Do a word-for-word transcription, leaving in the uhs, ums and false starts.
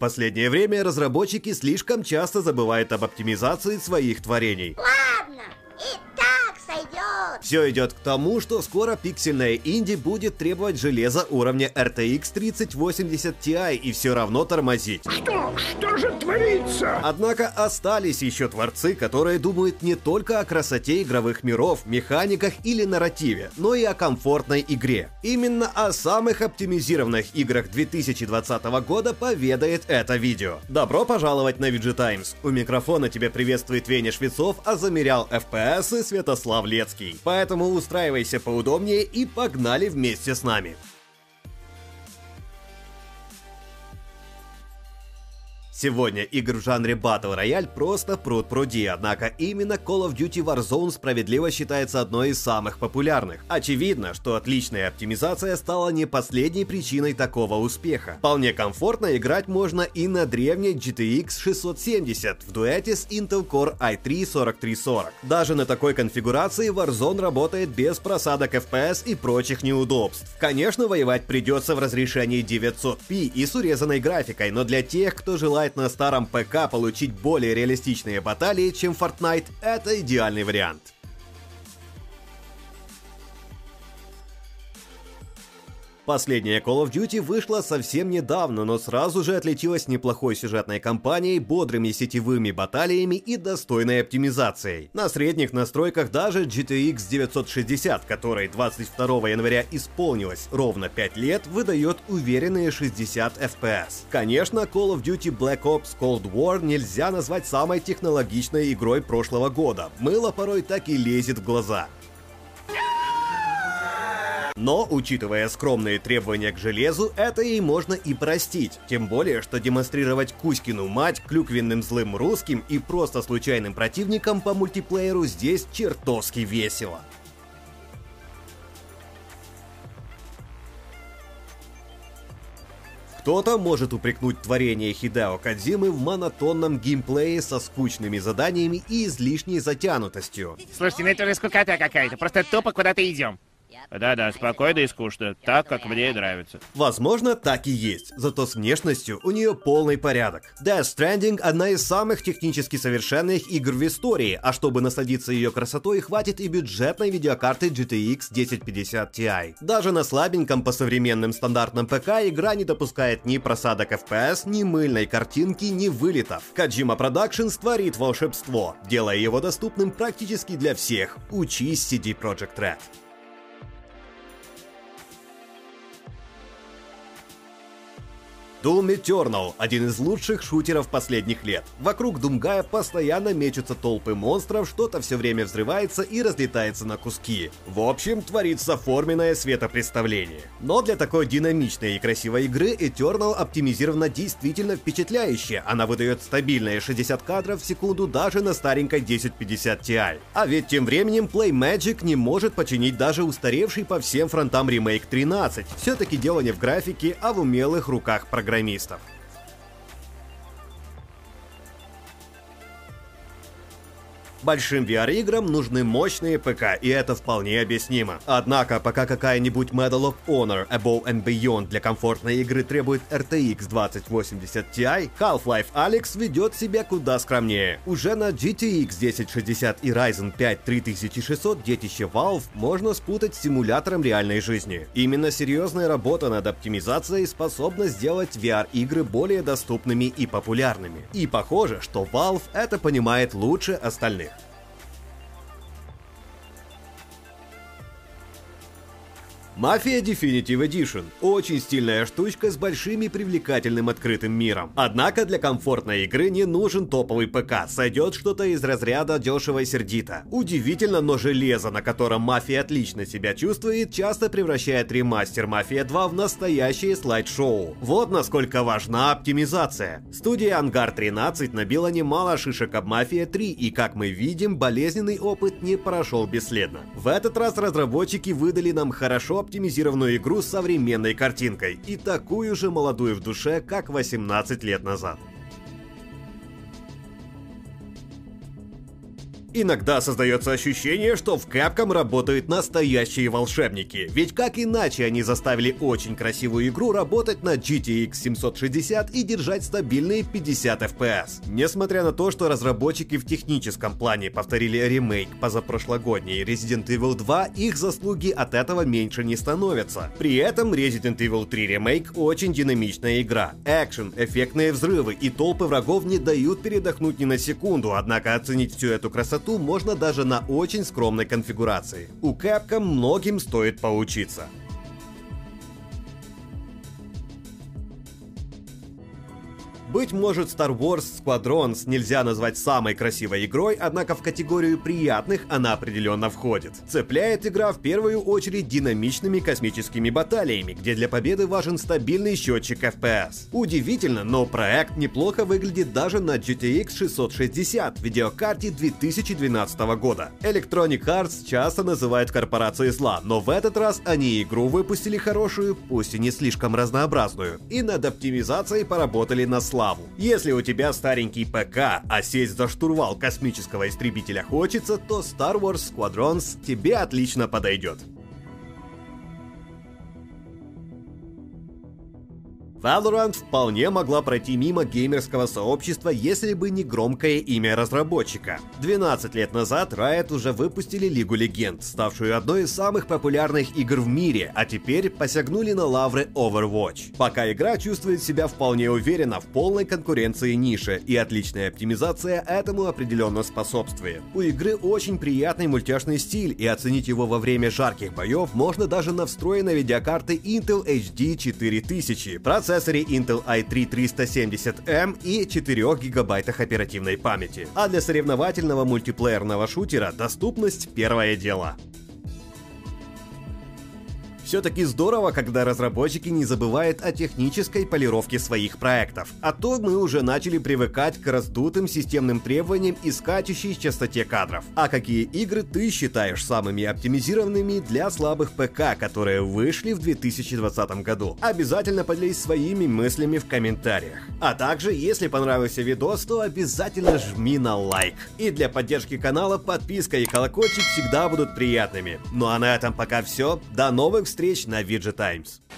последнее время разработчики слишком часто забывают об оптимизации своих творений. Ладно, и так сойдет. Все идет к тому, что скоро пиксельная инди будет требовать железа уровня эр ти икс тридцать восемьдесят Ti и все равно тормозить. Что? Что же творится? Однако остались еще творцы, которые думают не только о красоте игровых миров, механиках или нарративе, но и о комфортной игре. Именно о самых оптимизированных играх две тысячи двадцатого года поведает это видео. Добро пожаловать на ви джи Times. У микрофона тебя приветствует Веня Швецов, а замерял эф пи эс Святослав Лецкий. Поэтому устраивайся поудобнее и погнали вместе с нами. Сегодня игр в жанре Battle Royale просто пруд-пруди, однако именно Call of Duty Warzone справедливо считается одной из самых популярных. Очевидно, что отличная оптимизация стала не последней причиной такого успеха. Вполне комфортно играть можно и на древней джи ти экс шестьсот семьдесят в дуэте с Intel Core ай три сорок три сорок. Даже на такой конфигурации Warzone работает без просадок эф пи эс и прочих неудобств. Конечно, воевать придется в разрешении девятьсот пи и с урезанной графикой, но для тех, кто желает на старом ПК получить более реалистичные баталии, чем Fortnite, это идеальный вариант. Последняя Call of Duty вышла совсем недавно, но сразу же отличилась неплохой сюжетной кампанией, бодрыми сетевыми баталиями и достойной оптимизацией. На средних настройках даже джи ти экс девятьсот шестьдесят, которой двадцать второго января исполнилось ровно пять лет, выдает уверенные шестьдесят эф пи эс. Конечно, Call of Duty Black Ops Cold War нельзя назвать самой технологичной игрой прошлого года. Мыло порой так и лезет в глаза. Но, учитывая скромные требования к железу, это ей можно и простить. Тем более, что демонстрировать Кузькину мать клюквенным злым русским и просто случайным противникам по мультиплееру здесь чертовски весело. Кто-то может упрекнуть творение Хидео Кодзимы в монотонном геймплее со скучными заданиями и излишней затянутостью. Слушайте, ну это уже скукота какая-то, просто тупо куда-то идем. Да-да, спокойно и скучно, так, как мне и нравится. Возможно, так и есть, зато с внешностью у нее полный порядок. Death Stranding — одна из самых технически совершенных игр в истории, а чтобы насладиться ее красотой, хватит и бюджетной видеокарты джи ти экс тысяча пятьдесят Ti. Даже на слабеньком по современным стандартам ПК игра не допускает ни просадок эф пи эс, ни мыльной картинки, ни вылетов. Kojima Productions творит волшебство, делая его доступным практически для всех. Учись, си ди Projekt Red. Doom Eternal — один из лучших шутеров последних лет. Вокруг Думгая постоянно мечутся толпы монстров, что-то все время взрывается и разлетается на куски. В общем, творится форменное светопредставление. Но для такой динамичной и красивой игры Eternal оптимизирована действительно впечатляюще. Она выдает стабильные шестьдесят кадров в секунду даже на старенькой тысяча пятьдесят Ti. А ведь тем временем PlayMagic не может починить даже устаревший по всем фронтам ремейк тринадцать. Все-таки дело не в графике, а в умелых руках программистов. Большим ви ар-играм нужны мощные ПК, и это вполне объяснимо. Однако, пока какая-нибудь Medal of Honor Above and Beyond для комфортной игры требует эр ти экс двадцать восемьдесят Ti, Half-Life Alyx ведет себя куда скромнее. Уже на джи ти экс десять шестьдесят и Ryzen пять три тысячи шестьсот детище Valve можно спутать с симулятором реальной жизни. Именно серьезная работа над оптимизацией способна сделать ви ар-игры более доступными и популярными. И похоже, что Valve это понимает лучше остальных. Mafia Definitive Edition – очень стильная штучка с большим и привлекательным открытым миром. Однако для комфортной игры не нужен топовый ПК, сойдет что-то из разряда дешево и сердито. Удивительно, но железо, на котором Mafia отлично себя чувствует, часто превращает ремастер Mafia два в настоящее слайд-шоу. Вот насколько важна оптимизация. Студия Ангар тринадцать набила немало шишек об Mafia три, и, как мы видим, болезненный опыт не прошел бесследно. В этот раз разработчики выдали нам хорошо оптимизированную игру с современной картинкой и такую же молодую в душе, как восемнадцать лет назад. Иногда создается ощущение, что в Capcom работают настоящие волшебники, ведь как иначе они заставили очень красивую игру работать на джи ти экс семьсот шестьдесят и держать стабильные пятьдесят эф пи эс. Несмотря на то, что разработчики в техническом плане повторили ремейк позапрошлогодней Resident Evil два, их заслуги от этого меньше не становятся. При этом Resident Evil три ремейк очень динамичная игра. Экшен, эффектные взрывы и толпы врагов не дают передохнуть ни на секунду, однако оценить всю эту красоту можно даже на очень скромной конфигурации. У Capcom многим стоит поучиться. Быть может, Star Wars Squadrons нельзя назвать самой красивой игрой, однако в категорию приятных она определенно входит. Цепляет игра в первую очередь динамичными космическими баталиями, где для победы важен стабильный счетчик эф пи эс. Удивительно, но проект неплохо выглядит даже на джи ти экс шестьсот шестьдесят, видеокарте две тысячи двенадцатого года. Electronic Arts часто называют корпорацией зла, но в этот раз они игру выпустили хорошую, пусть и не слишком разнообразную, и над оптимизацией поработали на славу. Если у тебя старенький ПК, а сесть за штурвал космического истребителя хочется, то Star Wars Squadrons тебе отлично подойдет. Valorant вполне могла пройти мимо геймерского сообщества, если бы не громкое имя разработчика. двенадцать лет назад Riot уже выпустили Лигу Легенд, ставшую одной из самых популярных игр в мире, а теперь посягнули на лавры Overwatch. Пока игра чувствует себя вполне уверенно в полной конкуренции нише, и отличная оптимизация этому определенно способствует. У игры очень приятный мультяшный стиль, и оценить его во время жарких боев можно даже на встроенной видеокарты Intel эйч ди четыре тысячи, процессоре Intel ай три триста семьдесят эм и четырёх гигабайтах оперативной памяти. А для соревновательного мультиплеерного шутера доступность — первое дело. Все-таки здорово, когда разработчики не забывают о технической полировке своих проектов. А то мы уже начали привыкать к раздутым системным требованиям и скачущей частоте кадров. А какие игры ты считаешь самыми оптимизированными для слабых ПК, которые вышли в две тысячи двадцатом году? Обязательно поделись своими мыслями в комментариях. А также, если понравился видос, то обязательно жми на лайк. И для поддержки канала подписка и колокольчик всегда будут приятными. Ну а на этом пока все. До новых встреч на ви джи Times.